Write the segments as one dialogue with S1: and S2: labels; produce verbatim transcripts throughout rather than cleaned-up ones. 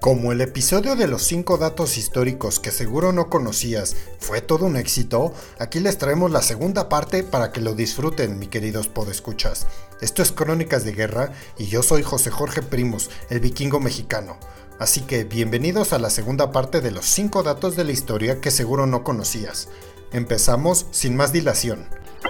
S1: Como el episodio de los cinco datos históricos que seguro no conocías fue todo un éxito, aquí les traemos la segunda parte para que lo disfruten, mi queridos podescuchas. Esto es Crónicas de Guerra y yo soy José Jorge Primos, el vikingo mexicano. Así que bienvenidos a la segunda parte de los cinco datos de la historia que seguro no conocías. Empezamos sin más dilación.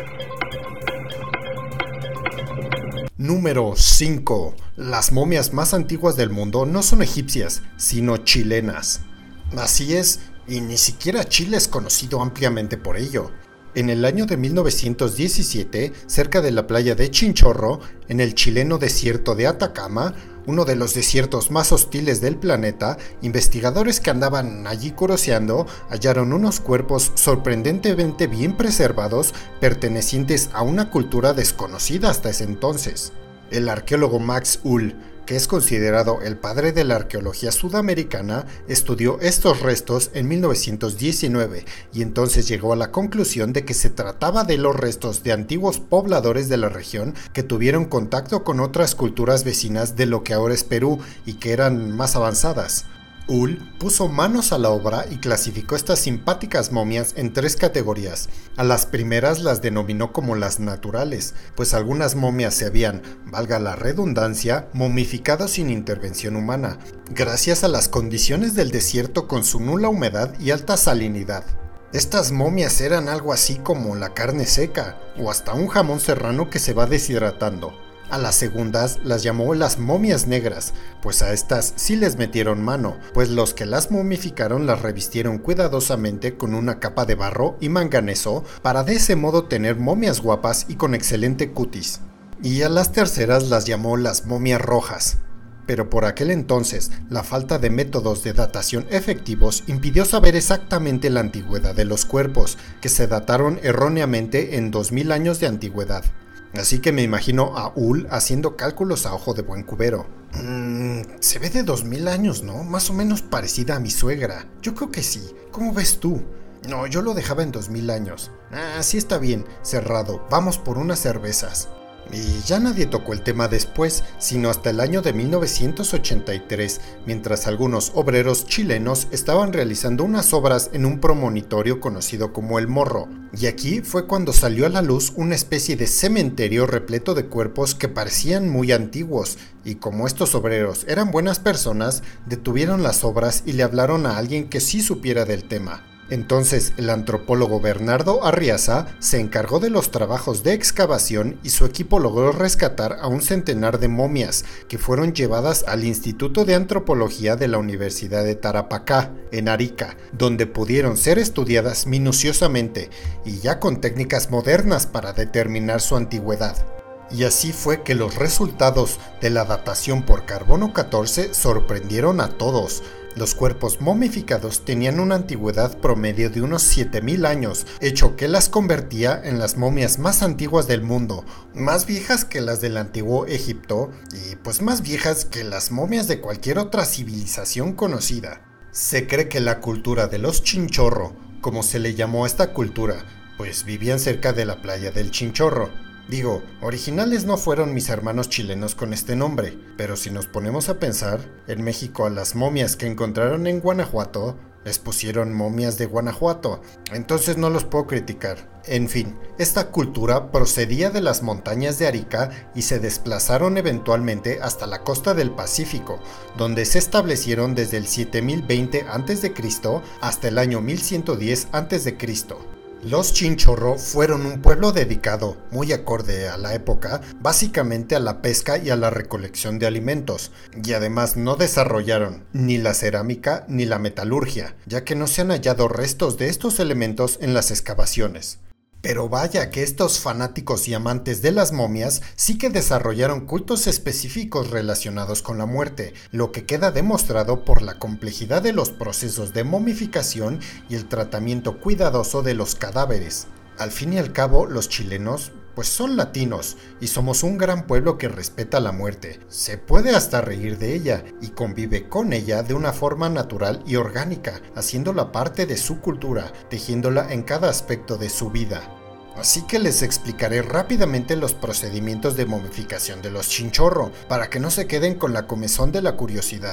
S1: Número cinco. Las momias más antiguas del mundo no son egipcias, sino chilenas. Así es, y ni siquiera Chile es conocido ampliamente por ello. En el año de mil novecientos diecisiete, cerca de la playa de Chinchorro, en el chileno desierto de Atacama, uno de los desiertos más hostiles del planeta, investigadores que andaban allí curioseando hallaron unos cuerpos sorprendentemente bien preservados pertenecientes a una cultura desconocida hasta ese entonces. El arqueólogo Max Uhl, que es considerado el padre de la arqueología sudamericana, estudió estos restos en mil novecientos diecinueve y entonces llegó a la conclusión de que se trataba de los restos de antiguos pobladores de la región que tuvieron contacto con otras culturas vecinas de lo que ahora es Perú y que eran más avanzadas. Uhl puso manos a la obra y clasificó estas simpáticas momias en tres categorías. A las primeras las denominó como las naturales, pues algunas momias se habían, valga la redundancia, momificado sin intervención humana, gracias a las condiciones del desierto con su nula humedad y alta salinidad. Estas momias eran algo así como la carne seca, o hasta un jamón serrano que se va deshidratando. A las segundas las llamó las momias negras, pues a estas sí les metieron mano, pues los que las momificaron las revistieron cuidadosamente con una capa de barro y manganeso para de ese modo tener momias guapas y con excelente cutis. Y a las terceras las llamó las momias rojas. Pero por aquel entonces, la falta de métodos de datación efectivos impidió saber exactamente la antigüedad de los cuerpos, que se dataron erróneamente en dos mil años de antigüedad. Así que me imagino a Uhl haciendo cálculos a ojo de buen cubero. Mmm, se ve de dos mil años, ¿no? Más o menos parecida a mi suegra. Yo creo que sí. ¿Cómo ves tú? No, yo lo dejaba en dos mil años. Ah, sí está bien, cerrado. Vamos por unas cervezas. Y ya nadie tocó el tema después, sino hasta el año de mil novecientos ochenta y tres, mientras algunos obreros chilenos estaban realizando unas obras en un promontorio conocido como El Morro. Y aquí fue cuando salió a la luz una especie de cementerio repleto de cuerpos que parecían muy antiguos, y como estos obreros eran buenas personas, detuvieron las obras y le hablaron a alguien que sí supiera del tema. Entonces el antropólogo Bernardo Arriaza se encargó de los trabajos de excavación y su equipo logró rescatar a un centenar de momias que fueron llevadas al Instituto de Antropología de la Universidad de Tarapacá, en Arica, donde pudieron ser estudiadas minuciosamente y ya con técnicas modernas para determinar su antigüedad. Y así fue que los resultados de la datación por carbono catorce sorprendieron a todos. Los cuerpos momificados tenían una antigüedad promedio de unos siete mil años, hecho que las convertía en las momias más antiguas del mundo, más viejas que las del antiguo Egipto y pues más viejas que las momias de cualquier otra civilización conocida. Se cree que la cultura de los Chinchorro, como se le llamó a esta cultura, pues vivían cerca de la playa del Chinchorro. Digo, originales no fueron mis hermanos chilenos con este nombre, pero si nos ponemos a pensar, en México a las momias que encontraron en Guanajuato, les pusieron momias de Guanajuato, entonces no los puedo criticar. En fin, esta cultura procedía de las montañas de Arica y se desplazaron eventualmente hasta la costa del Pacífico, donde se establecieron desde el siete mil veinte antes de Cristo hasta el año mil ciento diez antes de Cristo. Los Chinchorro fueron un pueblo dedicado, muy acorde a la época, básicamente a la pesca y a la recolección de alimentos, y además no desarrollaron ni la cerámica ni la metalurgia, ya que no se han hallado restos de estos elementos en las excavaciones. Pero vaya que estos fanáticos y amantes de las momias sí que desarrollaron cultos específicos relacionados con la muerte, lo que queda demostrado por la complejidad de los procesos de momificación y el tratamiento cuidadoso de los cadáveres. Al fin y al cabo, los chilenos pues son latinos y somos un gran pueblo que respeta la muerte. Se puede hasta reír de ella y convive con ella de una forma natural y orgánica, haciéndola parte de su cultura, tejiéndola en cada aspecto de su vida. Así que les explicaré rápidamente los procedimientos de momificación de los Chinchorro, para que no se queden con la comezón de la curiosidad.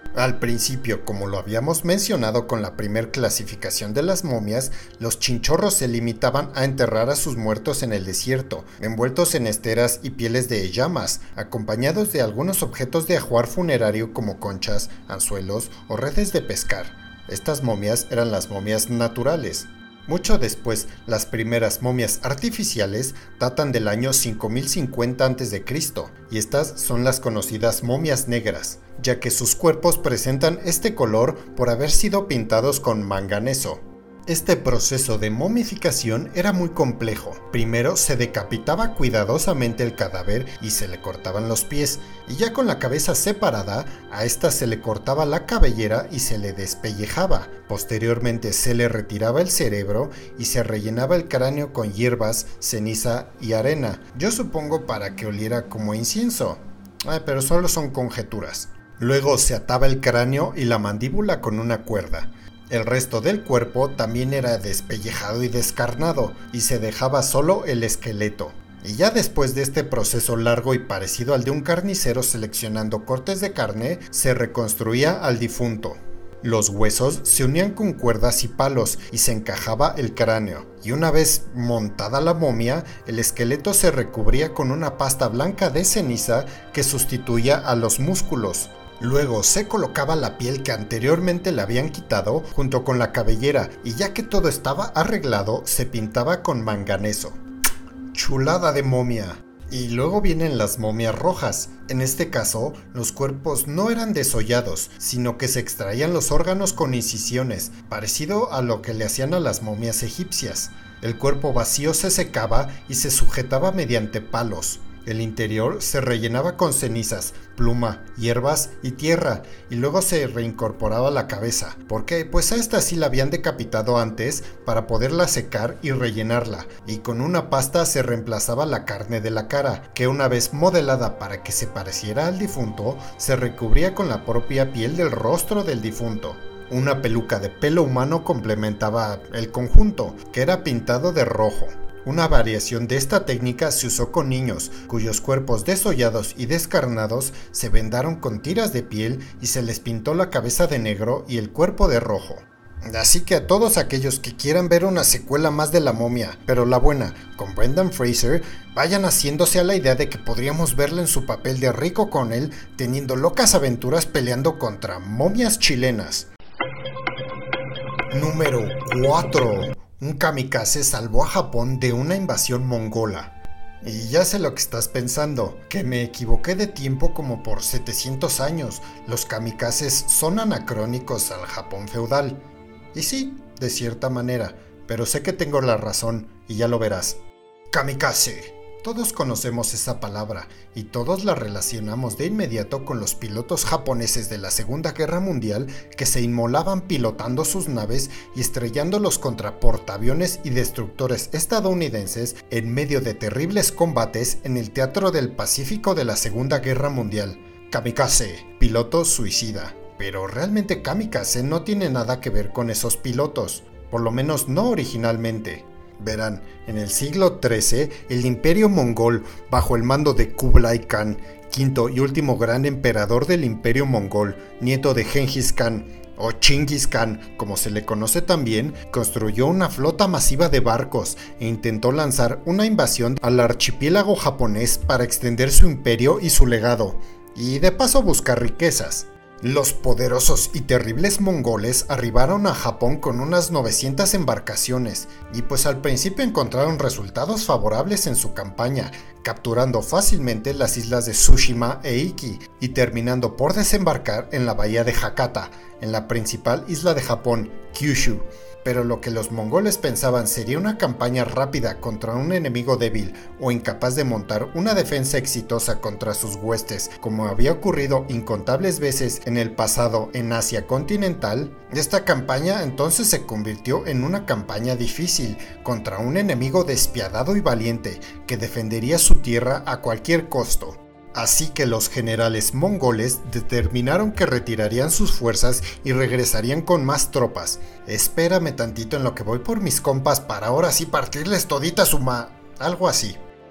S1: Al principio, como lo habíamos mencionado con la primer clasificación de las momias, los chinchorros se limitaban a enterrar a sus muertos en el desierto, envueltos en esteras y pieles de llamas, acompañados de algunos objetos de ajuar funerario como conchas, anzuelos o redes de pescar. Estas momias eran las momias naturales. Mucho después, las primeras momias artificiales datan del año cinco mil cincuenta antes de Cristo, y estas son las conocidas momias negras, ya que sus cuerpos presentan este color por haber sido pintados con manganeso. Este proceso de momificación era muy complejo. Primero se decapitaba cuidadosamente el cadáver y se le cortaban los pies, y ya con la cabeza separada, a esta se le cortaba la cabellera y se le despellejaba. Posteriormente se le retiraba el cerebro y se rellenaba el cráneo con hierbas, ceniza y arena. Yo supongo para que oliera como incienso. Ay, pero solo son conjeturas. Luego se ataba el cráneo y la mandíbula con una cuerda. El resto del cuerpo también era despellejado y descarnado, y se dejaba solo el esqueleto. Y ya después de este proceso largo y parecido al de un carnicero seleccionando cortes de carne, se reconstruía al difunto. Los huesos se unían con cuerdas y palos y se encajaba el cráneo, y una vez montada la momia, el esqueleto se recubría con una pasta blanca de ceniza que sustituía a los músculos. Luego se colocaba la piel que anteriormente le habían quitado junto con la cabellera, y ya que todo estaba arreglado, se pintaba con manganeso. ¡Chulada de momia! Y luego vienen las momias rojas. En este caso, los cuerpos no eran desollados, sino que se extraían los órganos con incisiones, parecido a lo que le hacían a las momias egipcias. El cuerpo vacío se secaba y se sujetaba mediante palos. El interior se rellenaba con cenizas, pluma, hierbas y tierra, y luego se reincorporaba la cabeza, porque pues a esta sí la habían decapitado antes para poderla secar y rellenarla, y con una pasta se reemplazaba la carne de la cara, que una vez modelada para que se pareciera al difunto, se recubría con la propia piel del rostro del difunto. Una peluca de pelo humano complementaba el conjunto, que era pintado de rojo. Una variación de esta técnica se usó con niños, cuyos cuerpos desollados y descarnados se vendaron con tiras de piel y se les pintó la cabeza de negro y el cuerpo de rojo. Así que a todos aquellos que quieran ver una secuela más de La Momia, pero la buena, con Brendan Fraser, vayan haciéndose a la idea de que podríamos verla en su papel de Rick O'Connell teniendo locas aventuras peleando contra momias chilenas. Número cuatro. Un kamikaze salvó a Japón de una invasión mongola. Y ya sé lo que estás pensando, que me equivoqué de tiempo como por setecientos años. Los kamikazes son anacrónicos al Japón feudal. Y sí, de cierta manera, pero sé que tengo la razón y ya lo verás. Kamikaze. Todos conocemos esa palabra y todos la relacionamos de inmediato con los pilotos japoneses de la Segunda Guerra Mundial que se inmolaban pilotando sus naves y estrellándolos contra portaaviones y destructores estadounidenses en medio de terribles combates en el Teatro del Pacífico de la Segunda Guerra Mundial. Kamikaze, piloto suicida. Pero realmente kamikaze no tiene nada que ver con esos pilotos, por lo menos no originalmente. Verán, en el siglo trece, el imperio mongol, bajo el mando de Kublai Khan, quinto y último gran emperador del imperio mongol, nieto de Genghis Khan, o Chingis Khan, como se le conoce también, construyó una flota masiva de barcos e intentó lanzar una invasión al archipiélago japonés para extender su imperio y su legado, y de paso buscar riquezas. Los poderosos y terribles mongoles arribaron a Japón con unas novecientas embarcaciones y pues al principio encontraron resultados favorables en su campaña, capturando fácilmente las islas de Tsushima e Iki y terminando por desembarcar en la bahía de Hakata, en la principal isla de Japón, Kyushu. Pero lo que los mongoles pensaban sería una campaña rápida contra un enemigo débil o incapaz de montar una defensa exitosa contra sus huestes, como había ocurrido incontables veces en el pasado en Asia continental, esta campaña entonces se convirtió en una campaña difícil contra un enemigo despiadado y valiente que defendería su tierra a cualquier costo. Así que los generales mongoles determinaron que retirarían sus fuerzas y regresarían con más tropas. Espérame tantito en lo que voy por mis compas para ahora sí partirles todita su ma... algo así.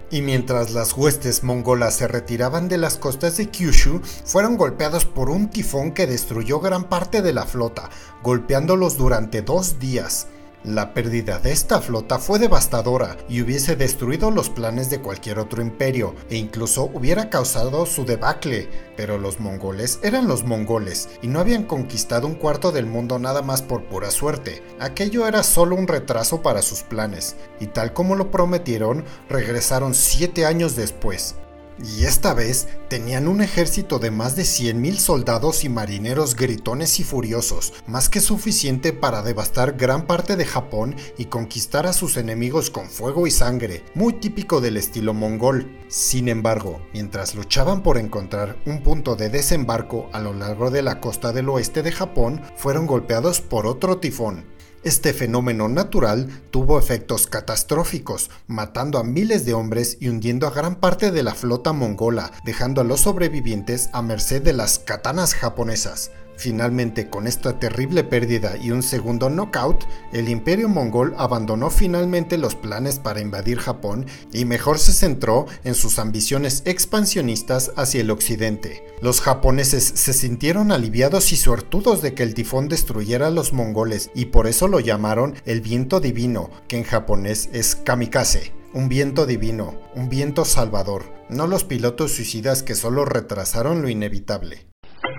S1: Y mientras las huestes mongolas se retiraban de las costas de Kyushu, fueron golpeados por un tifón que destruyó gran parte de la flota, golpeándolos durante dos días. La pérdida de esta flota fue devastadora y hubiese destruido los planes de cualquier otro imperio e incluso hubiera causado su debacle, pero los mongoles eran los mongoles y no habían conquistado un cuarto del mundo nada más por pura suerte. Aquello era solo un retraso para sus planes y tal como lo prometieron, regresaron siete años después. Y esta vez tenían un ejército de más de cien mil soldados y marineros gritones y furiosos, más que suficiente para devastar gran parte de Japón y conquistar a sus enemigos con fuego y sangre, muy típico del estilo mongol. Sin embargo, mientras luchaban por encontrar un punto de desembarco a lo largo de la costa del oeste de Japón, fueron golpeados por otro tifón. Este fenómeno natural tuvo efectos catastróficos, matando a miles de hombres y hundiendo a gran parte de la flota mongola, dejando a los sobrevivientes a merced de las katanas japonesas. Finalmente, con esta terrible pérdida y un segundo knockout, el imperio mongol abandonó finalmente los planes para invadir Japón y mejor se centró en sus ambiciones expansionistas hacia el occidente. Los japoneses se sintieron aliviados y suertudos de que el tifón destruyera a los mongoles y por eso lo llamaron el viento divino, que en japonés es kamikaze. Un viento divino, un viento salvador, no los pilotos suicidas que solo retrasaron lo inevitable.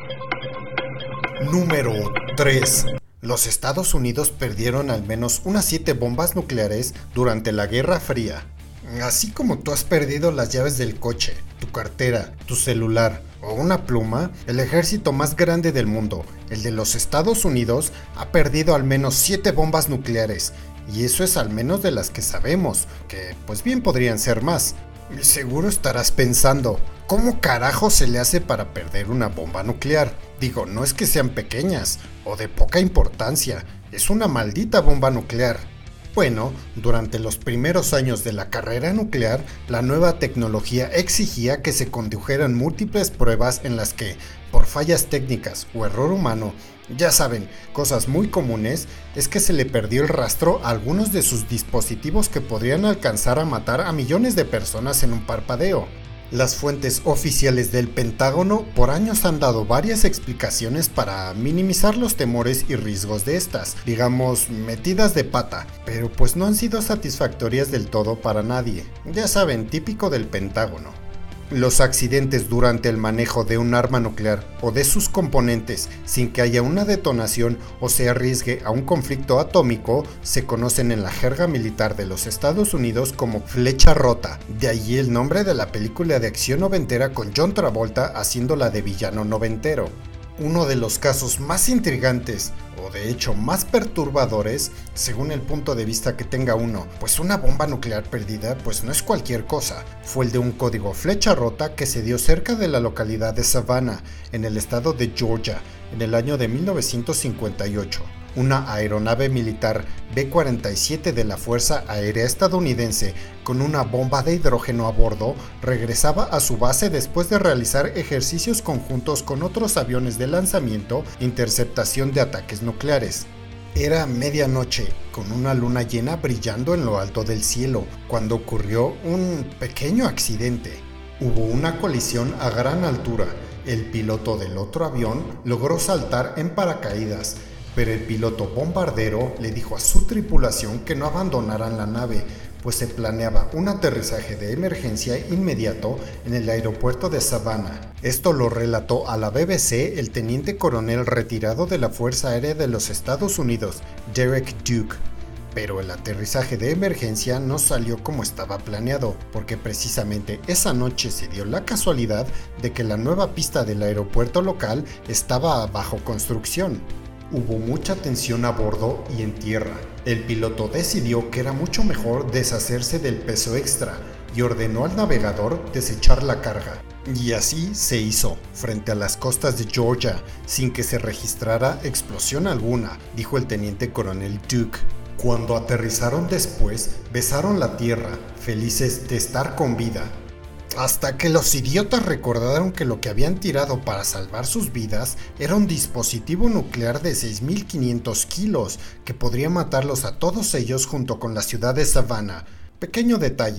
S1: Número tres. Los Estados Unidos perdieron al menos unas siete bombas nucleares durante la Guerra Fría. Así como tú has perdido las llaves del coche, tu cartera, tu celular o una pluma, el ejército más grande del mundo, el de los Estados Unidos, ha perdido al menos siete bombas nucleares. Y eso es al menos de las que sabemos, que pues bien podrían ser más. Y seguro estarás pensando, ¿cómo carajo se le hace para perder una bomba nuclear? Digo, no es que sean pequeñas o de poca importancia, es una maldita bomba nuclear. Bueno, durante los primeros años de la carrera nuclear, la nueva tecnología exigía que se condujeran múltiples pruebas en las que, por fallas técnicas o error humano, ya saben, cosas muy comunes, es que se le perdió el rastro a algunos de sus dispositivos que podrían alcanzar a matar a millones de personas en un parpadeo. Las fuentes oficiales del Pentágono por años han dado varias explicaciones para minimizar los temores y riesgos de estas, digamos, metidas de pata, pero pues no han sido satisfactorias del todo para nadie. Ya saben, típico del Pentágono. Los accidentes durante el manejo de un arma nuclear o de sus componentes sin que haya una detonación o se arriesgue a un conflicto atómico se conocen en la jerga militar de los Estados Unidos como flecha rota, de allí el nombre de la película de acción noventera con John Travolta haciéndola de villano noventero. Uno de los casos más intrigantes, o de hecho más perturbadores, según el punto de vista que tenga uno, pues una bomba nuclear perdida pues no es cualquier cosa, fue el de un código flecha rota que se dio cerca de la localidad de Savannah, en el estado de Georgia, en el año de mil novecientos cincuenta y ocho. Una aeronave militar B cuarenta y siete de la Fuerza Aérea Estadounidense con una bomba de hidrógeno a bordo regresaba a su base después de realizar ejercicios conjuntos con otros aviones de lanzamiento e interceptación de ataques nucleares. Era medianoche, con una luna llena brillando en lo alto del cielo, cuando ocurrió un pequeño accidente. Hubo una colisión a gran altura. El piloto del otro avión logró saltar en paracaídas, pero el piloto bombardero le dijo a su tripulación que no abandonaran la nave, pues se planeaba un aterrizaje de emergencia inmediato en el aeropuerto de Savannah. Esto lo relató a la B B C el teniente coronel retirado de la Fuerza Aérea de los Estados Unidos, Derek Duke. Pero el aterrizaje de emergencia no salió como estaba planeado, porque precisamente esa noche se dio la casualidad de que la nueva pista del aeropuerto local estaba bajo construcción. Hubo mucha tensión a bordo y en tierra. El piloto decidió que era mucho mejor deshacerse del peso extra y ordenó al navegador desechar la carga. Y así se hizo, frente a las costas de Georgia, sin que se registrara explosión alguna, dijo el teniente coronel Duke. Cuando aterrizaron después, besaron la tierra, felices de estar con vida. Hasta que los idiotas recordaron que lo que habían tirado para salvar sus vidas era un dispositivo nuclear de seis mil quinientos kilos que podría matarlos a todos ellos junto con la ciudad de Savannah. Pequeño detalle,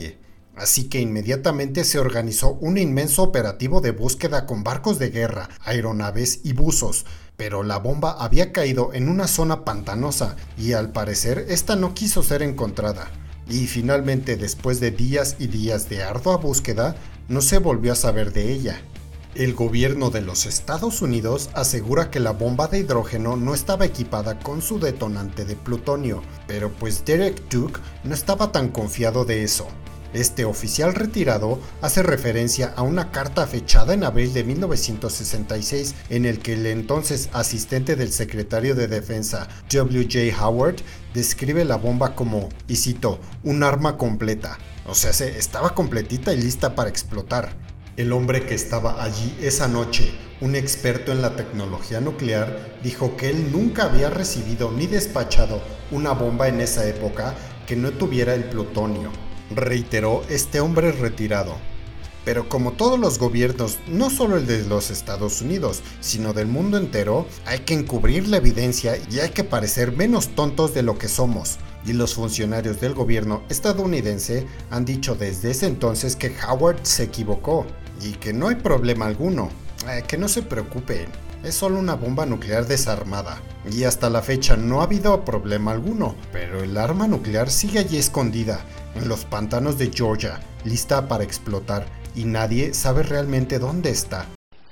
S1: Así que inmediatamente se organizó un inmenso operativo de búsqueda con barcos de guerra, aeronaves y buzos, pero la bomba había caído en una zona pantanosa y al parecer esta no quiso ser encontrada. Y finalmente, después de días y días de ardua búsqueda, no se volvió a saber de ella. El gobierno de los Estados Unidos asegura que la bomba de hidrógeno no estaba equipada con su detonante de plutonio, pero pues Derek Duke no estaba tan confiado de eso. Este oficial retirado hace referencia a una carta fechada en abril de mil novecientos sesenta y seis en el que el entonces asistente del secretario de Defensa W J Howard describe la bomba como, y cito, un arma completa, o sea, se estaba completita y lista para explotar. El hombre que estaba allí esa noche, un experto en la tecnología nuclear, dijo que él nunca había recibido ni despachado una bomba en esa época que no tuviera el plutonio. Reiteró este hombre retirado. Pero como todos los gobiernos, no solo el de los Estados Unidos, sino del mundo entero, hay que encubrir la evidencia y hay que parecer menos tontos de lo que somos. Y los funcionarios del gobierno estadounidense han dicho desde ese entonces que Howard se equivocó y que no hay problema alguno, eh, que no se preocupen. Es solo una bomba nuclear desarmada, y hasta la fecha no ha habido problema alguno, pero el arma nuclear sigue allí escondida, en los pantanos de Georgia, lista para explotar, y nadie sabe realmente dónde está.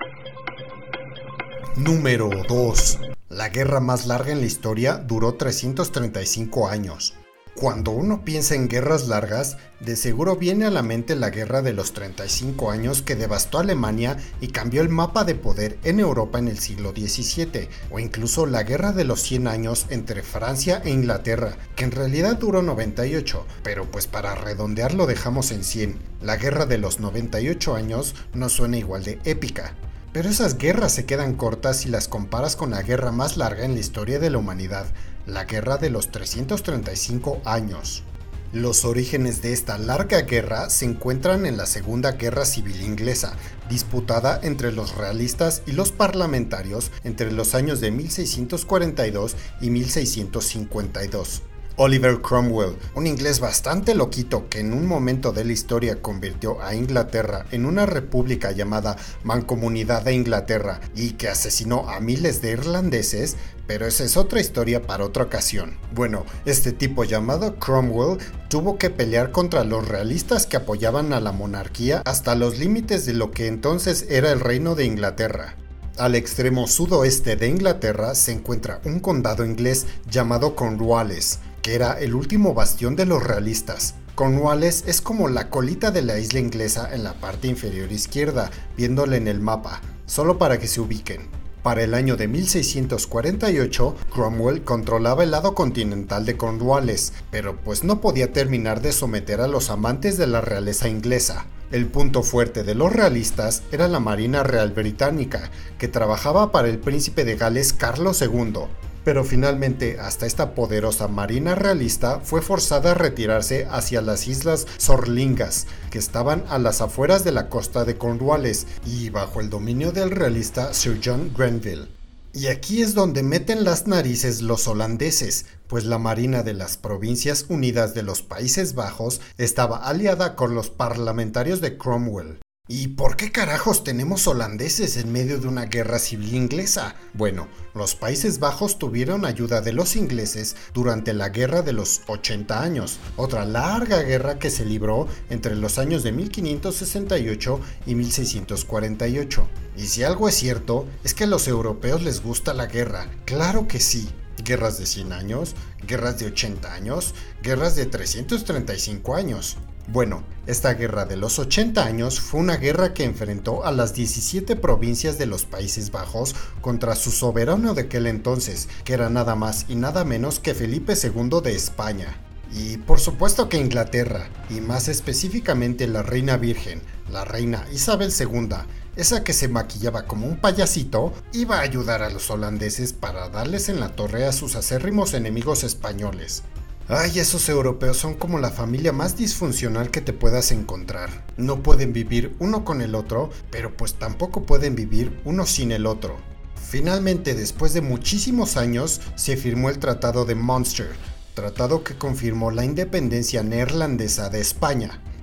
S1: Número dos. La guerra más larga en la historia duró trescientos treinta y cinco años. Cuando uno piensa en guerras largas, de seguro viene a la mente la guerra de los treinta y cinco años que devastó Alemania y cambió el mapa de poder en Europa en el siglo diecisiete, o incluso la guerra de los cien años entre Francia e Inglaterra, que en realidad duró noventa y ocho, pero pues para redondear lo dejamos en cien. La guerra de los noventa y ocho años no suena igual de épica. Pero esas guerras se quedan cortas si las comparas con la guerra más larga en la historia de la humanidad, la guerra de los trescientos treinta y cinco años. Los orígenes de esta larga guerra se encuentran en la Segunda Guerra Civil Inglesa, disputada entre los realistas y los parlamentarios entre los años de mil seiscientos cuarenta y dos y mil seiscientos cincuenta y dos. Oliver Cromwell, un inglés bastante loquito que en un momento de la historia convirtió a Inglaterra en una república llamada Mancomunidad de Inglaterra y que asesinó a miles de irlandeses, pero esa es otra historia para otra ocasión. Bueno, este tipo llamado Cromwell tuvo que pelear contra los realistas que apoyaban a la monarquía hasta los límites de lo que entonces era el Reino de Inglaterra. Al extremo sudoeste de Inglaterra se encuentra un condado inglés llamado Cornwallis, que era el último bastión de los realistas. Cornwallis es como la colita de la isla inglesa en la parte inferior izquierda, viéndola en el mapa, solo para que se ubiquen. Para el año de mil seiscientos cuarenta y ocho, Cromwell controlaba el lado continental de Cornwallis, pero pues no podía terminar de someter a los amantes de la realeza inglesa. El punto fuerte de los realistas era la Marina Real Británica, que trabajaba para el príncipe de Gales Carlos segundo. Pero finalmente hasta esta poderosa marina realista fue forzada a retirarse hacia las islas Sorlingas, que estaban a las afueras de la costa de Cornwallis y bajo el dominio del realista Sir John Grenville. Y aquí es donde meten las narices los holandeses, pues la Marina de las Provincias Unidas de los Países Bajos estaba aliada con los parlamentarios de Cromwell. ¿Y por qué carajos tenemos holandeses en medio de una guerra civil inglesa? Bueno, los Países Bajos tuvieron ayuda de los ingleses durante la Guerra de los ochenta años, otra larga guerra que se libró entre los años de mil quinientos sesenta y ocho y mil seiscientos cuarenta y ocho. Y si algo es cierto, es que a los europeos les gusta la guerra, claro que sí. Guerras de cien años, guerras de ochenta años, guerras de trescientos treinta y cinco años. Bueno, esta guerra de los ochenta años fue una guerra que enfrentó a las diecisiete provincias de los Países Bajos contra su soberano de aquel entonces, que era nada más y nada menos que Felipe segundo de España. Y por supuesto que Inglaterra, y más específicamente la reina virgen, la reina Isabel segunda, esa que se maquillaba como un payasito, iba a ayudar a los holandeses para darles en la torre a sus acérrimos enemigos españoles. Ay, esos europeos son como la familia más disfuncional que te puedas encontrar. No pueden vivir uno con el otro, pero pues tampoco pueden vivir uno sin el otro. Finalmente, después de muchísimos años, se firmó el Tratado de Münster, tratado que confirmó la independencia neerlandesa de España.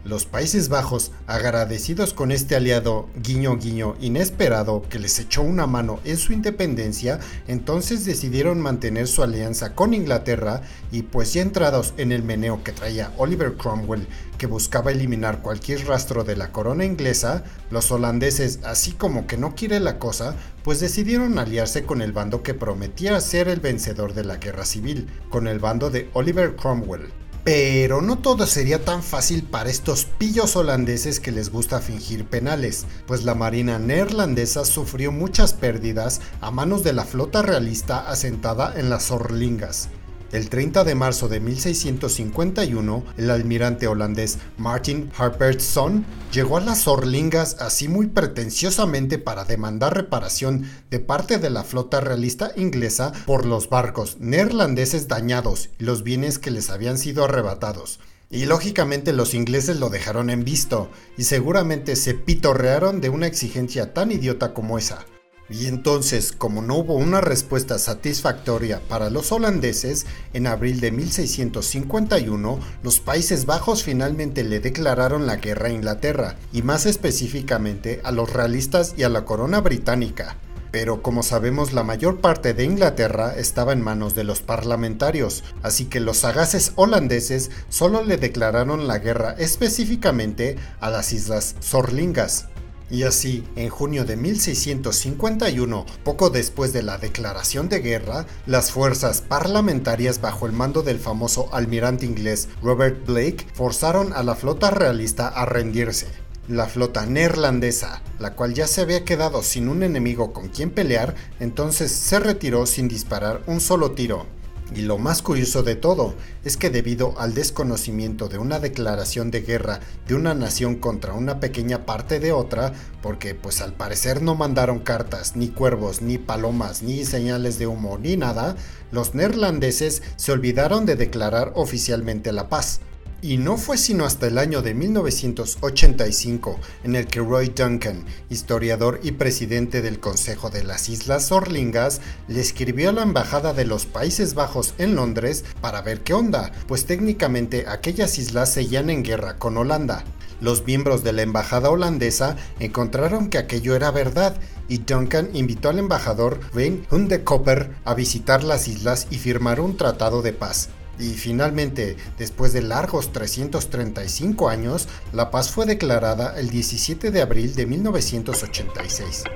S1: Los Países Bajos, agradecidos con este aliado guiño guiño inesperado que les echó una mano en su independencia, entonces decidieron mantener su alianza con Inglaterra y pues ya entrados en el meneo que traía Oliver Cromwell, que buscaba eliminar cualquier rastro de la corona inglesa, los holandeses, así como que no quiere la cosa, pues decidieron aliarse con el bando que prometía ser el vencedor de la guerra civil, con el bando de Oliver Cromwell. Pero no todo sería tan fácil para estos pillos holandeses que les gusta fingir penales, pues la marina neerlandesa sufrió muchas pérdidas a manos de la flota realista asentada en las Zorlingas. El treinta de marzo de mil seiscientos cincuenta y uno, el almirante holandés Martin Harpertsson llegó a las Zorlingas así muy pretenciosamente para demandar reparación de parte de la flota realista inglesa por los barcos neerlandeses dañados y los bienes que les habían sido arrebatados. Y lógicamente los ingleses lo dejaron en visto y seguramente se pitorrearon de una exigencia tan idiota como esa. Y entonces, como no hubo una respuesta satisfactoria para los holandeses, en abril de mil seiscientos cincuenta y uno, los Países Bajos finalmente le declararon la guerra a Inglaterra, y más específicamente a los realistas y a la corona británica. Pero como sabemos, la mayor parte de Inglaterra estaba en manos de los parlamentarios, así que los sagaces holandeses solo le declararon la guerra específicamente a las Islas Zorlingas. Y así, en junio de mil seiscientos cincuenta y uno, poco después de la declaración de guerra, las fuerzas parlamentarias bajo el mando del famoso almirante inglés Robert Blake forzaron a la flota realista a rendirse. La flota neerlandesa, la cual ya se había quedado sin un enemigo con quien pelear, entonces se retiró sin disparar un solo tiro. Y lo más curioso de todo es que debido al desconocimiento de una declaración de guerra de una nación contra una pequeña parte de otra, porque pues al parecer no mandaron cartas, ni cuervos, ni palomas, ni señales de humo, ni nada, los neerlandeses se olvidaron de declarar oficialmente la paz. Y no fue sino hasta el año de mil novecientos ochenta y cinco en el que Roy Duncan, historiador y presidente del Consejo de las Islas Zorlingas, le escribió a la Embajada de los Países Bajos en Londres para ver qué onda, pues técnicamente aquellas islas seguían en guerra con Holanda. Los miembros de la embajada holandesa encontraron que aquello era verdad y Duncan invitó al embajador Wijn Hundekoper a visitar las islas y firmar un tratado de paz. Y finalmente, después de largos trescientos treinta y cinco años, la paz fue declarada el diecisiete de abril de mil novecientos ochenta y seis.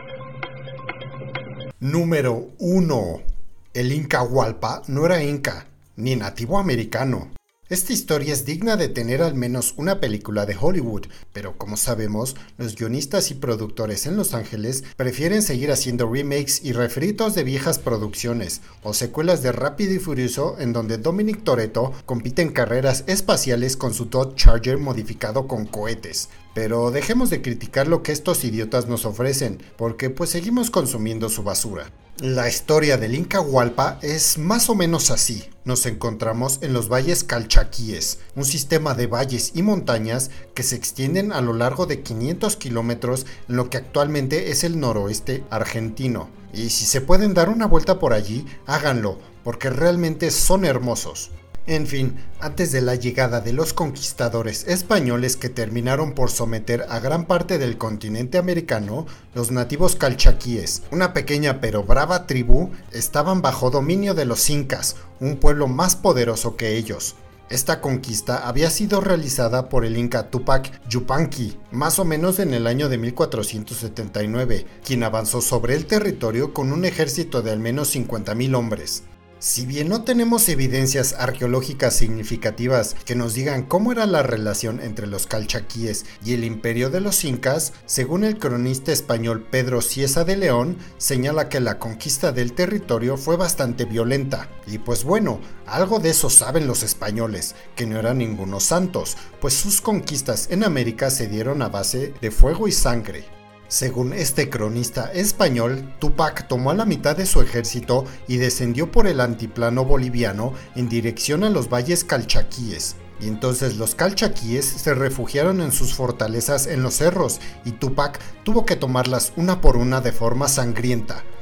S1: Número uno. El Inca Hualpa no era inca, ni nativo americano. Esta historia es digna de tener al menos una película de Hollywood, pero como sabemos, los guionistas y productores en Los Ángeles prefieren seguir haciendo remakes y refritos de viejas producciones, o secuelas de Rápido y Furioso en donde Dominic Toretto compite en carreras espaciales con su Dodge Charger modificado con cohetes. Pero dejemos de criticar lo que estos idiotas nos ofrecen, porque pues seguimos consumiendo su basura. La historia del Inca Hualpa es más o menos así. Nos encontramos en los valles calchaquíes, un sistema de valles y montañas que se extienden a lo largo de quinientos kilómetros en lo que actualmente es el noroeste argentino. Y si se pueden dar una vuelta por allí, háganlo, porque realmente son hermosos. En fin, antes de la llegada de los conquistadores españoles que terminaron por someter a gran parte del continente americano, los nativos calchaquíes, una pequeña pero brava tribu, estaban bajo dominio de los incas, un pueblo más poderoso que ellos. Esta conquista había sido realizada por el inca Tupac Yupanqui, más o menos en el año de mil cuatrocientos setenta y nueve, quien avanzó sobre el territorio con un ejército de al menos cincuenta mil hombres. Si bien no tenemos evidencias arqueológicas significativas que nos digan cómo era la relación entre los calchaquíes y el imperio de los incas, según el cronista español Pedro Cieza de León, señala que la conquista del territorio fue bastante violenta. Y pues bueno, algo de eso saben los españoles, que no eran ningunos santos, pues sus conquistas en América se dieron a base de fuego y sangre. Según este cronista español, Tupac tomó a la mitad de su ejército y descendió por el altiplano boliviano en dirección a los valles calchaquíes. Y entonces los calchaquíes se refugiaron en sus fortalezas en los cerros y Tupac tuvo que tomarlas una por una de forma sangrienta.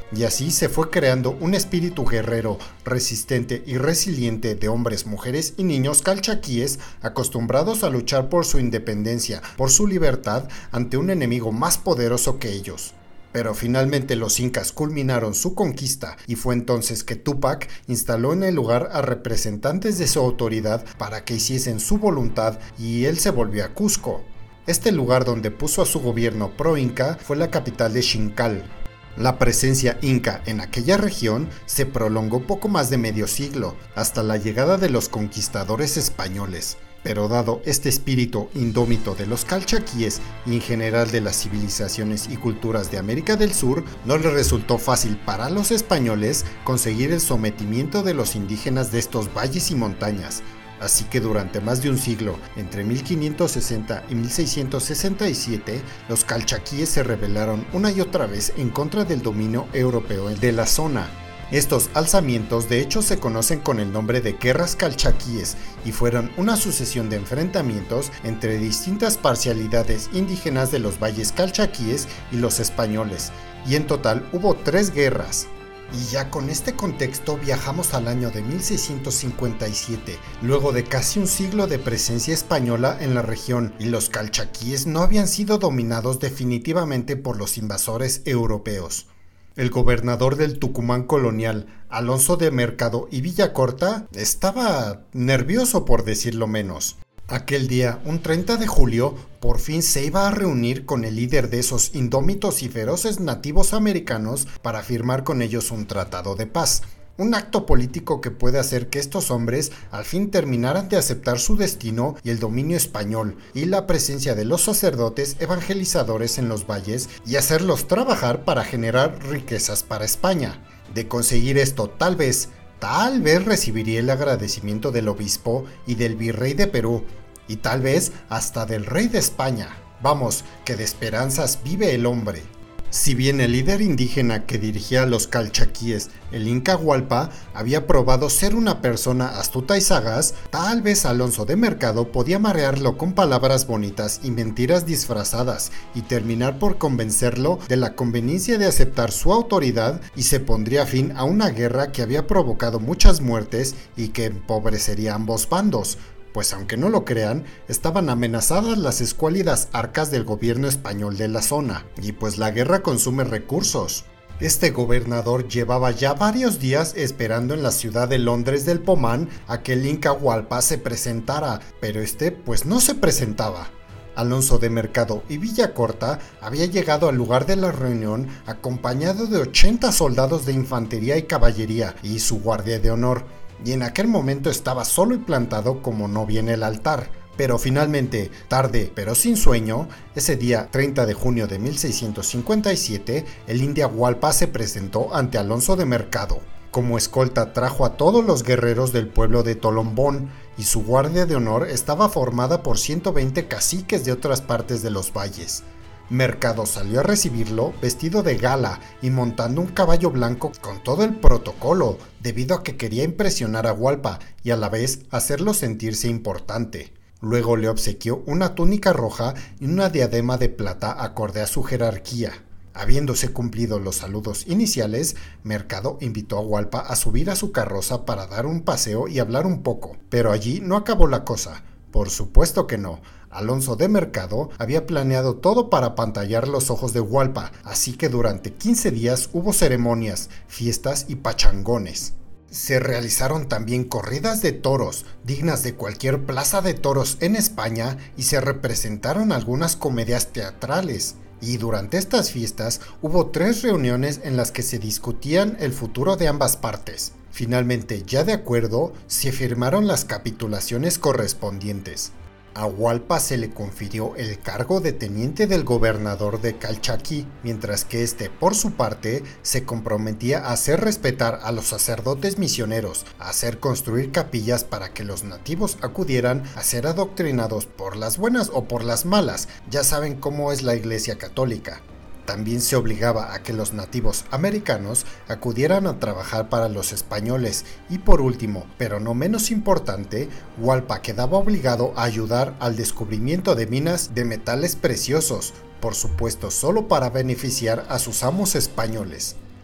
S1: y así se fue creando un espíritu guerrero, resistente y resiliente de hombres, mujeres y niños calchaquíes acostumbrados a luchar por su independencia, por su libertad ante un enemigo más poderoso que ellos. Pero finalmente los incas culminaron su conquista y fue entonces que Túpac instaló en el lugar a representantes de su autoridad para que hiciesen su voluntad y él se volvió a Cusco. Este lugar donde puso a su gobierno pro-inca fue la capital de Xincal. La presencia inca en aquella región se prolongó poco más de medio siglo, hasta la llegada de los conquistadores españoles. Pero dado este espíritu indómito de los calchaquíes y en general de las civilizaciones y culturas de América del Sur, no les resultó fácil para los españoles conseguir el sometimiento de los indígenas de estos valles y montañas. Así que durante más de un siglo, entre mil quinientos sesenta y mil seiscientos sesenta y siete, los calchaquíes se rebelaron una y otra vez en contra del dominio europeo de la zona. Estos alzamientos de hecho se conocen con el nombre de guerras calchaquíes y fueron una sucesión de enfrentamientos entre distintas parcialidades indígenas de los valles calchaquíes y los españoles, y en total hubo tres guerras. Y ya con este contexto viajamos al año de mil seiscientos cincuenta y siete, luego de casi un siglo de presencia española en la región, y los calchaquíes no habían sido dominados definitivamente por los invasores europeos. El gobernador del Tucumán colonial, Alonso de Mercado y Villacorta, estaba nervioso por decirlo menos. Aquel día, un treinta de julio, por fin se iba a reunir con el líder de esos indómitos y feroces nativos americanos para firmar con ellos un tratado de paz. Un acto político que puede hacer que estos hombres al fin terminaran de aceptar su destino y el dominio español y la presencia de los sacerdotes evangelizadores en los valles y hacerlos trabajar para generar riquezas para España. De conseguir esto, tal vez, tal vez recibiría el agradecimiento del obispo y del virrey de Perú y tal vez hasta del rey de España. Vamos, que de esperanzas vive el hombre. Si bien el líder indígena que dirigía a los calchaquíes, el Inca Hualpa, había probado ser una persona astuta y sagaz, tal vez Alonso de Mercado podía marearlo con palabras bonitas y mentiras disfrazadas y terminar por convencerlo de la conveniencia de aceptar su autoridad y se pondría fin a una guerra que había provocado muchas muertes y que empobrecería a ambos bandos. Pues aunque no lo crean, estaban amenazadas las escuálidas arcas del gobierno español de la zona, y pues la guerra consume recursos. Este gobernador llevaba ya varios días esperando en la ciudad de Londres del Pomán a que el Inca Hualpa se presentara, pero este pues no se presentaba. Alonso de Mercado y Villacorta había llegado al lugar de la reunión acompañado de ochenta soldados de infantería y caballería y su guardia de honor, y en aquel momento estaba solo y plantado como novia en el altar. Pero finalmente, tarde pero sin sueño, ese día treinta de junio de mil seiscientos cincuenta y siete, el India Hualpa se presentó ante Alonso de Mercado. Como escolta trajo a todos los guerreros del pueblo de Tolombón, y su guardia de honor estaba formada por ciento veinte caciques de otras partes de los valles. Mercado salió a recibirlo vestido de gala y montando un caballo blanco con todo el protocolo, debido a que quería impresionar a Hualpa y a la vez hacerlo sentirse importante. Luego le obsequió una túnica roja y una diadema de plata acorde a su jerarquía. Habiéndose cumplido los saludos iniciales, Mercado invitó a Hualpa a subir a su carroza para dar un paseo y hablar un poco, pero allí no acabó la cosa. Por supuesto que no. Alonso de Mercado había planeado todo para apantallar los ojos de Hualpa, así que durante quince días hubo ceremonias, fiestas y pachangones. Se realizaron también corridas de toros, dignas de cualquier plaza de toros en España, y se representaron algunas comedias teatrales. Y durante estas fiestas hubo tres reuniones en las que se discutían el futuro de ambas partes. Finalmente, ya de acuerdo, se firmaron las capitulaciones correspondientes. A Hualpa se le confirió el cargo de teniente del gobernador de Calchaquí, mientras que este, por su parte, se comprometía a hacer respetar a los sacerdotes misioneros, a hacer construir capillas para que los nativos acudieran a ser adoctrinados por las buenas o por las malas. Ya saben cómo es la Iglesia Católica. También se obligaba a que los nativos americanos acudieran a trabajar para los españoles y por último, pero no menos importante, Hualpa quedaba obligado a ayudar al descubrimiento de minas de metales preciosos, por supuesto solo para beneficiar a sus amos españoles.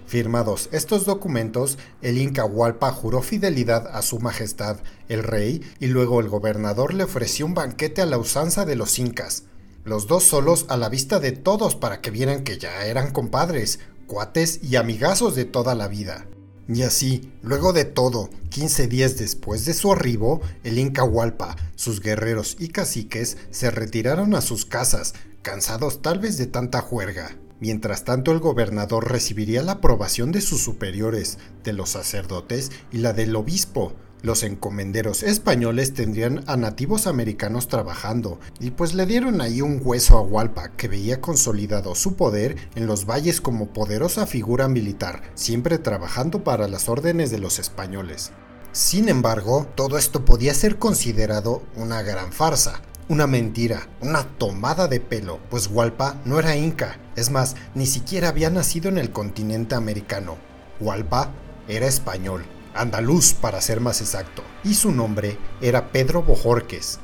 S1: Firmados estos documentos, el Inca Hualpa juró fidelidad a su majestad, el rey, y luego el gobernador le ofreció un banquete a la usanza de los incas. Los dos solos a la vista de todos para que vieran que ya eran compadres, cuates y amigazos de toda la vida. Y así, luego de todo, quince días después de su arribo, el Inca Hualpa, sus guerreros y caciques se retiraron a sus casas, cansados tal vez de tanta juerga. Mientras tanto, el gobernador recibiría la aprobación de sus superiores, de los sacerdotes y la del obispo. Los encomenderos españoles tendrían a nativos americanos trabajando, y pues le dieron ahí un hueso a Hualpa, que veía consolidado su poder en los valles como poderosa figura militar, siempre trabajando para las órdenes de los españoles. Sin embargo, todo esto podía ser considerado una gran farsa. Una mentira, una tomada de pelo, pues Hualpa no era inca, es más, ni siquiera había nacido en el continente americano. Hualpa era español, andaluz para ser más exacto, y su nombre era Pedro Bojorquez.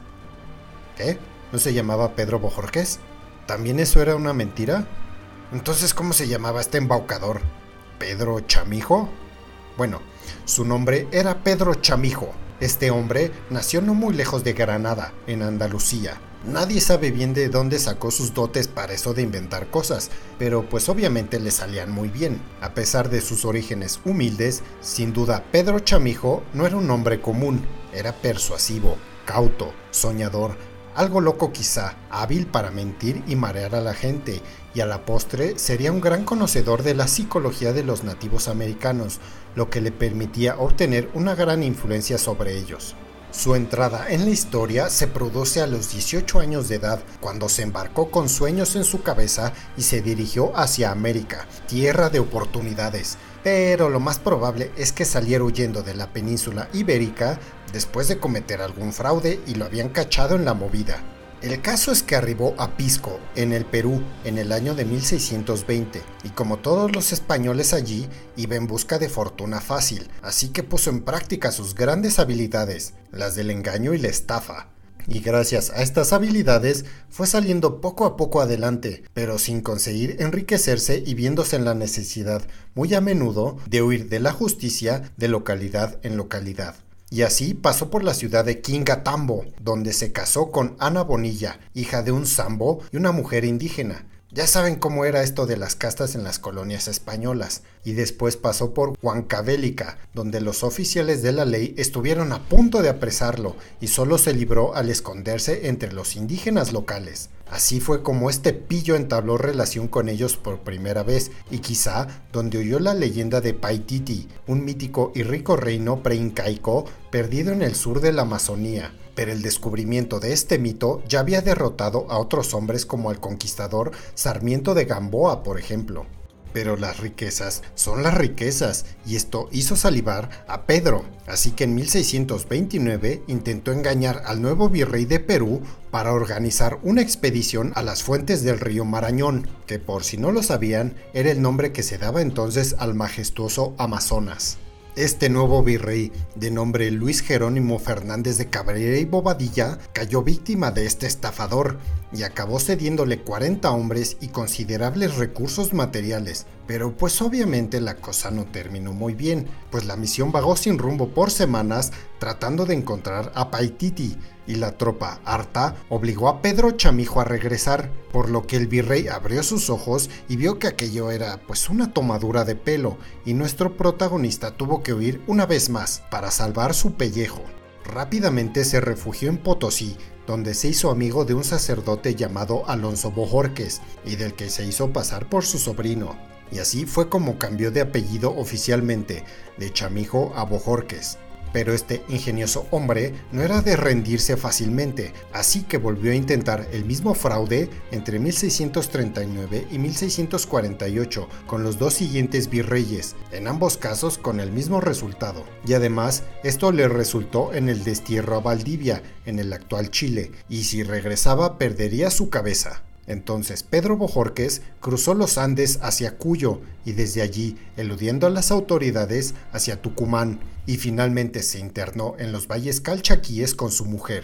S1: ¿Qué? ¿No se llamaba Pedro Bojorquez? ¿También eso era una mentira? Entonces, ¿cómo se llamaba este embaucador? ¿Pedro Chamijo? Bueno, su nombre era Pedro Chamijo. Este hombre nació no muy lejos de Granada, en Andalucía. Nadie sabe bien de dónde sacó sus dotes para eso de inventar cosas, pero pues obviamente le salían muy bien. A pesar de sus orígenes humildes, sin duda Pedro Chamijo no era un hombre común, era persuasivo, cauto, soñador, algo loco quizá, hábil para mentir y marear a la gente, y a la postre sería un gran conocedor de la psicología de los nativos americanos, lo que le permitía obtener una gran influencia sobre ellos. Su entrada en la historia se produce a los dieciocho años de edad, cuando se embarcó con sueños en su cabeza y se dirigió hacia América, tierra de oportunidades, pero lo más probable es que saliera huyendo de la península ibérica después de cometer algún fraude y lo habían cachado en la movida. El caso es que arribó a Pisco, en el Perú, en el año de mil seiscientos veinte, y como todos los españoles allí, iba en busca de fortuna fácil, así que puso en práctica sus grandes habilidades, las del engaño y la estafa. Y gracias a estas habilidades fue saliendo poco a poco adelante, pero sin conseguir enriquecerse y viéndose en la necesidad, muy a menudo, de huir de la justicia de localidad en localidad. Y así pasó por la ciudad de Quingatambo, donde se casó con Ana Bonilla, hija de un sambo y una mujer indígena. Ya saben cómo era esto de las castas en las colonias españolas. Y después pasó por Huancavelica, donde los oficiales de la ley estuvieron a punto de apresarlo y solo se libró al esconderse entre los indígenas locales. Así fue como este pillo entabló relación con ellos por primera vez y quizá donde oyó la leyenda de Paititi, un mítico y rico reino preincaico perdido en el sur de la Amazonía. Pero el descubrimiento de este mito ya había derrotado a otros hombres como al conquistador Sarmiento de Gamboa, por ejemplo. Pero las riquezas son las riquezas, y esto hizo salivar a Pedro, así que en mil seiscientos veintinueve intentó engañar al nuevo virrey de Perú para organizar una expedición a las fuentes del río Marañón, que por si no lo sabían, era el nombre que se daba entonces al majestuoso Amazonas. Este nuevo virrey, de nombre Luis Jerónimo Fernández de Cabrera y Bobadilla, cayó víctima de este estafador y acabó cediéndole cuarenta hombres y considerables recursos materiales. Pero pues obviamente la cosa no terminó muy bien, pues la misión vagó sin rumbo por semanas tratando de encontrar a Paititi, y la tropa, harta, obligó a Pedro Chamijo a regresar, por lo que el virrey abrió sus ojos y vio que aquello era pues una tomadura de pelo, y nuestro protagonista tuvo que huir una vez más para salvar su pellejo. Rápidamente se refugió en Potosí, donde se hizo amigo de un sacerdote llamado Alonso Bojorquez, y del que se hizo pasar por su sobrino. Y así fue como cambió de apellido oficialmente, de Chamijo a Bojorquez. Pero este ingenioso hombre no era de rendirse fácilmente, así que volvió a intentar el mismo fraude entre mil seiscientos treinta y nueve y mil seiscientos cuarenta y ocho con los dos siguientes virreyes, en ambos casos con el mismo resultado. Y además, esto le resultó en el destierro a Valdivia, en el actual Chile, y si regresaba perdería su cabeza. Entonces Pedro Bojorquez cruzó los Andes hacia Cuyo y desde allí, eludiendo a las autoridades, hacia Tucumán, y finalmente se internó en los valles calchaquíes con su mujer.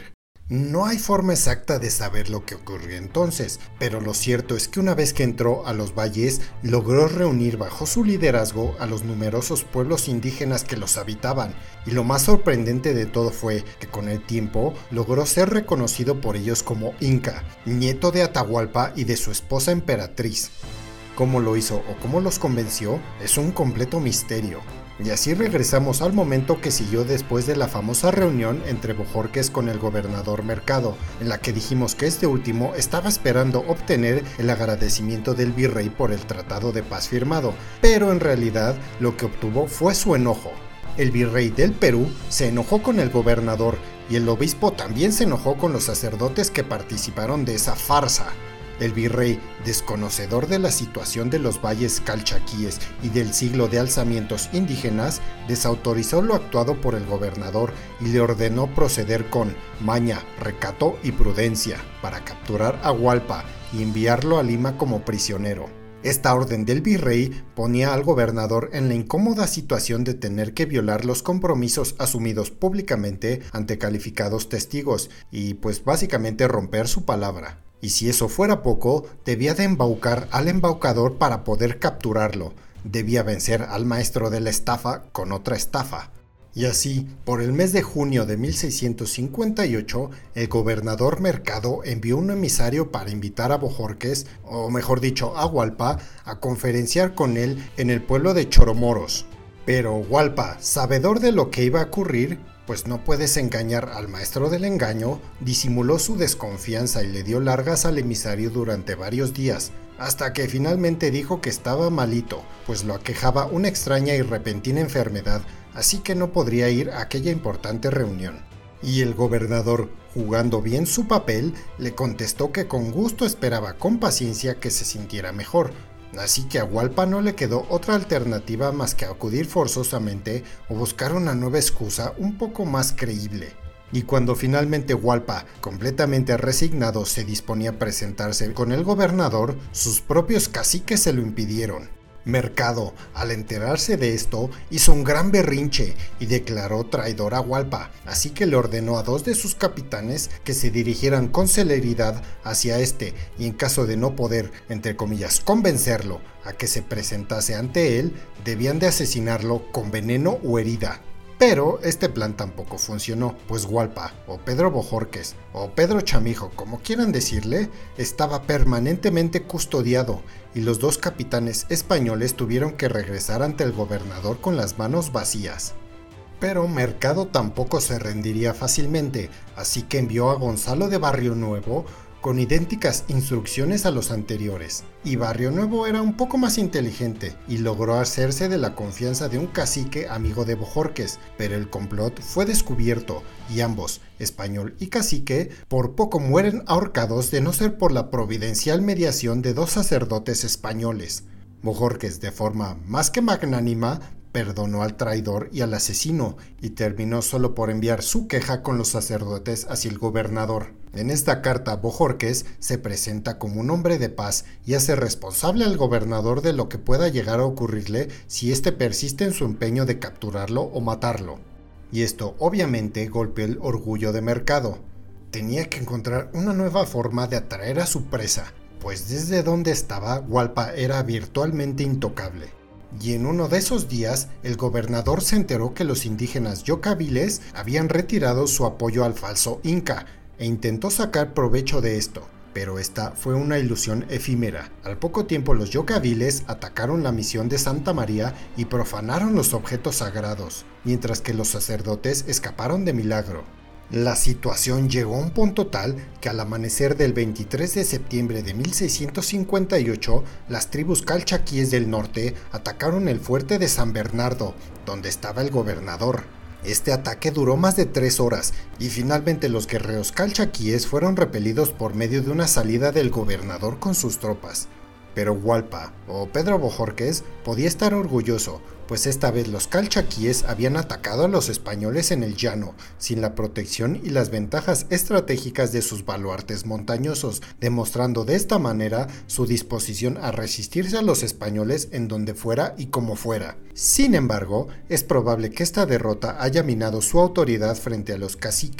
S1: No hay forma exacta de saber lo que ocurrió entonces, pero lo cierto es que una vez que entró a los valles, logró reunir bajo su liderazgo a los numerosos pueblos indígenas que los habitaban, y lo más sorprendente de todo fue que con el tiempo logró ser reconocido por ellos como Inca, nieto de Atahualpa y de su esposa emperatriz. Cómo lo hizo o cómo los convenció es un completo misterio. Y así regresamos al momento que siguió después de la famosa reunión entre Bojorquez con el gobernador Mercado, en la que dijimos que este último estaba esperando obtener el agradecimiento del virrey por el tratado de paz firmado, pero en realidad lo que obtuvo fue su enojo. El virrey del Perú se enojó con el gobernador y el obispo también se enojó con los sacerdotes que participaron de esa farsa. El virrey, desconocedor de la situación de los valles calchaquíes y del siglo de alzamientos indígenas, desautorizó lo actuado por el gobernador y le ordenó proceder con maña, recato y prudencia para capturar a Hualpa y enviarlo a Lima como prisionero. Esta orden del virrey ponía al gobernador en la incómoda situación de tener que violar los compromisos asumidos públicamente ante calificados testigos y pues básicamente romper su palabra. Y si eso fuera poco, debía de embaucar al embaucador para poder capturarlo. Debía vencer al maestro de la estafa con otra estafa. Y así, por el mes de junio de mil seiscientos cincuenta y ocho, el gobernador Mercado envió un emisario para invitar a Bojorquez, o mejor dicho, a Hualpa, a conferenciar con él en el pueblo de Choromoros. Pero Hualpa, sabedor de lo que iba a ocurrir, pues no puedes engañar al maestro del engaño, disimuló su desconfianza y le dio largas al emisario durante varios días, hasta que finalmente dijo que estaba malito, pues lo aquejaba una extraña y repentina enfermedad, así que no podría ir a aquella importante reunión. Y el gobernador, jugando bien su papel, le contestó que con gusto esperaba con paciencia que se sintiera mejor. Así que a Hualpa no le quedó otra alternativa más que acudir forzosamente o buscar una nueva excusa un poco más creíble. Y cuando finalmente Hualpa, completamente resignado, se disponía a presentarse con el gobernador, sus propios caciques se lo impidieron. Mercado, al enterarse de esto, hizo un gran berrinche y declaró traidor a Hualpa, así que le ordenó a dos de sus capitanes que se dirigieran con celeridad hacia este y en caso de no poder, entre comillas, convencerlo a que se presentase ante él, debían de asesinarlo con veneno o herida. Pero este plan tampoco funcionó, pues Hualpa, o Pedro Bojorquez, o Pedro Chamijo, como quieran decirle, estaba permanentemente custodiado y los dos capitanes españoles tuvieron que regresar ante el gobernador con las manos vacías. Pero Mercado tampoco se rendiría fácilmente, así que envió a Gonzalo de Barrio Nuevo con idénticas instrucciones a los anteriores, y Barrio Nuevo era un poco más inteligente y logró hacerse de la confianza de un cacique amigo de Bojorquez, pero el complot fue descubierto y ambos, español y cacique, por poco mueren ahorcados de no ser por la providencial mediación de dos sacerdotes españoles. Bojorquez, de forma más que magnánima, perdonó al traidor y al asesino y terminó solo por enviar su queja con los sacerdotes hacia el gobernador. En esta carta, Bojorquez se presenta como un hombre de paz y hace responsable al gobernador de lo que pueda llegar a ocurrirle si éste persiste en su empeño de capturarlo o matarlo. Y esto obviamente golpeó el orgullo de Mercado. Tenía que encontrar una nueva forma de atraer a su presa, pues desde donde estaba, Hualpa era virtualmente intocable. Y en uno de esos días, el gobernador se enteró que los indígenas yocaviles habían retirado su apoyo al falso Inca, e intentó sacar provecho de esto, pero esta fue una ilusión efímera. Al poco tiempo los yocaviles atacaron la misión de Santa María y profanaron los objetos sagrados, mientras que los sacerdotes escaparon de milagro. La situación llegó a un punto tal que al amanecer del veintitrés de septiembre de mil seiscientos cincuenta y ocho, las tribus calchaquíes del norte atacaron el fuerte de San Bernardo, donde estaba el gobernador. Este ataque duró más de tres horas y finalmente los guerreros calchaquíes fueron repelidos por medio de una salida del gobernador con sus tropas. Pero Hualpa, o Pedro Bojorquez, podía estar orgulloso, pues esta vez los calchaquíes habían atacado a los españoles en el llano, sin la protección y las ventajas estratégicas de sus baluartes montañosos, demostrando de esta manera su disposición a resistirse a los españoles en donde fuera y como fuera. Sin embargo, es probable que esta derrota haya minado su autoridad frente a los caciques.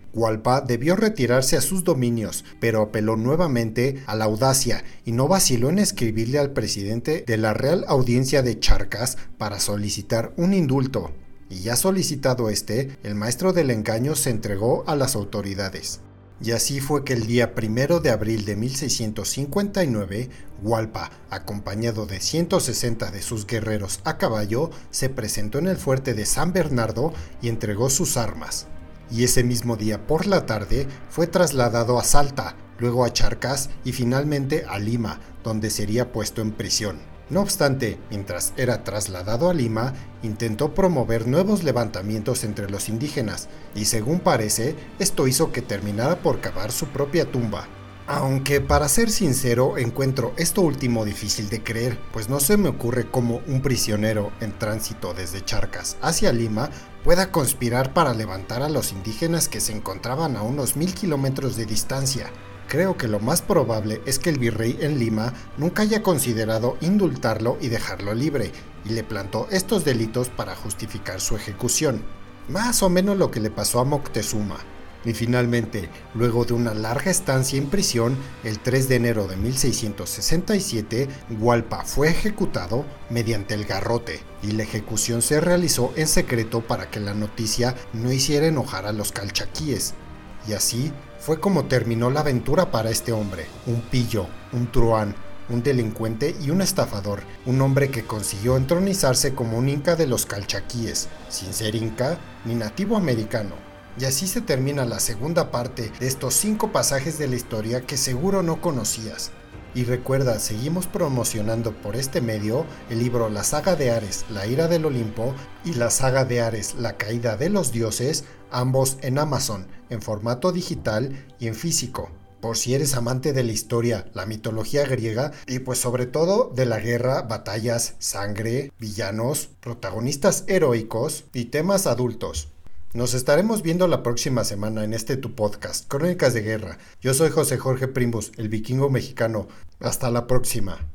S1: Hualpa debió retirarse a sus dominios, pero apeló nuevamente a la audacia y no vaciló en escribirle al presidente de la Real Audiencia de Charcas para solicitar un indulto. Y ya solicitado este, el maestro del engaño se entregó a las autoridades. Y así fue que el día primero de abril de mil seiscientos cincuenta y nueve, Hualpa, acompañado de ciento sesenta de sus guerreros a caballo, se presentó en el fuerte de San Bernardo y entregó sus armas. Y ese mismo día por la tarde fue trasladado a Salta, luego a Charcas y finalmente a Lima, donde sería puesto en prisión. No obstante, mientras era trasladado a Lima, intentó promover nuevos levantamientos entre los indígenas, y según parece, esto hizo que terminara por cavar su propia tumba. Aunque para ser sincero encuentro esto último difícil de creer, pues no se me ocurre cómo un prisionero en tránsito desde Charcas hacia Lima pueda conspirar para levantar a los indígenas que se encontraban a unos mil kilómetros de distancia. Creo que lo más probable es que el virrey en Lima nunca haya considerado indultarlo y dejarlo libre, y le plantó estos delitos para justificar su ejecución. Más o menos lo que le pasó a Moctezuma. Y finalmente, luego de una larga estancia en prisión, el tres de enero de mil seiscientos sesenta y siete, Hualpa fue ejecutado mediante el garrote, y la ejecución se realizó en secreto para que la noticia no hiciera enojar a los calchaquíes. Y así fue como terminó la aventura para este hombre, un pillo, un truán, un delincuente y un estafador, un hombre que consiguió entronizarse como un inca de los calchaquíes, sin ser inca ni nativo americano. Y así se termina la segunda parte de estos cinco pasajes de la historia que seguro no conocías. Y recuerda, seguimos promocionando por este medio el libro La Saga de Ares, La Ira del Olimpo y La Saga de Ares, La Caída de los Dioses, ambos en Amazon, en formato digital y en físico. Por si eres amante de la historia, la mitología griega y pues sobre todo de la guerra, batallas, sangre, villanos, protagonistas heroicos y temas adultos. Nos estaremos viendo la próxima semana en este tu podcast, Crónicas de Guerra. Yo soy José Jorge Primus, el vikingo mexicano. Hasta la próxima.